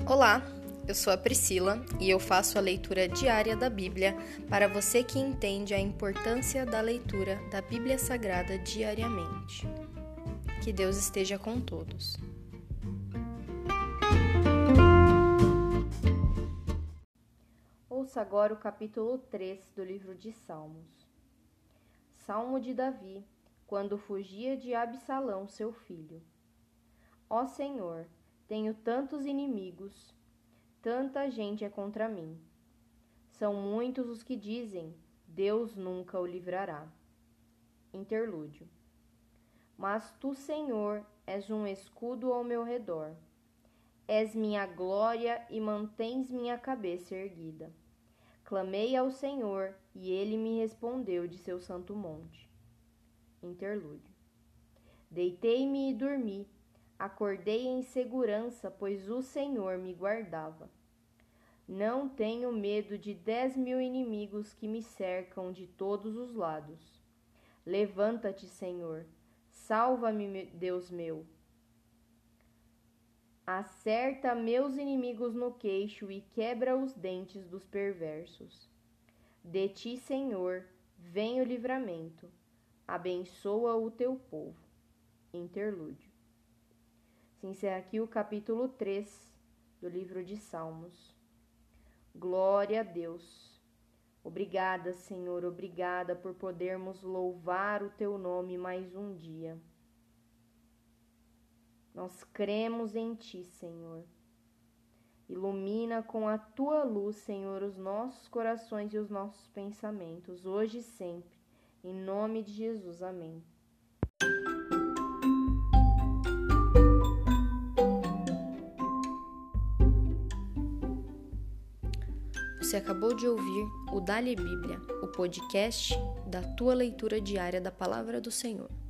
Olá, eu sou a Priscila e eu faço a leitura diária da Bíblia para você que entende a importância da leitura da Bíblia Sagrada diariamente. Que Deus esteja com todos. Ouça agora o capítulo 3 do livro de Salmos. Salmo de Davi, quando fugia de Absalão, seu filho. Ó Senhor, tenho tantos inimigos, tanta gente é contra mim. São muitos os que dizem, Deus nunca o livrará. Interlúdio. Mas tu, Senhor, és um escudo ao meu redor. És minha glória e mantens minha cabeça erguida. Clamei ao Senhor e ele me respondeu de seu santo monte. Interlúdio. Deitei-me e dormi. Acordei em segurança, pois o Senhor me guardava. Não tenho medo de 10.000 inimigos que me cercam de todos os lados. Levanta-te, Senhor, salva-me, Deus meu. Acerta meus inimigos no queixo e quebra os dentes dos perversos. De ti, Senhor, vem o livramento. Abençoa o teu povo. Interlúdio. Se encerra aqui o capítulo 3 do livro de Salmos. Glória a Deus. Obrigada, Senhor, obrigada por podermos louvar o teu nome mais um dia. Nós cremos em ti, Senhor. Ilumina com a tua luz, Senhor, os nossos corações e os nossos pensamentos, hoje e sempre. Em nome de Jesus, amém. Você acabou de ouvir o Dali Bíblia, o podcast da tua leitura diária da Palavra do Senhor.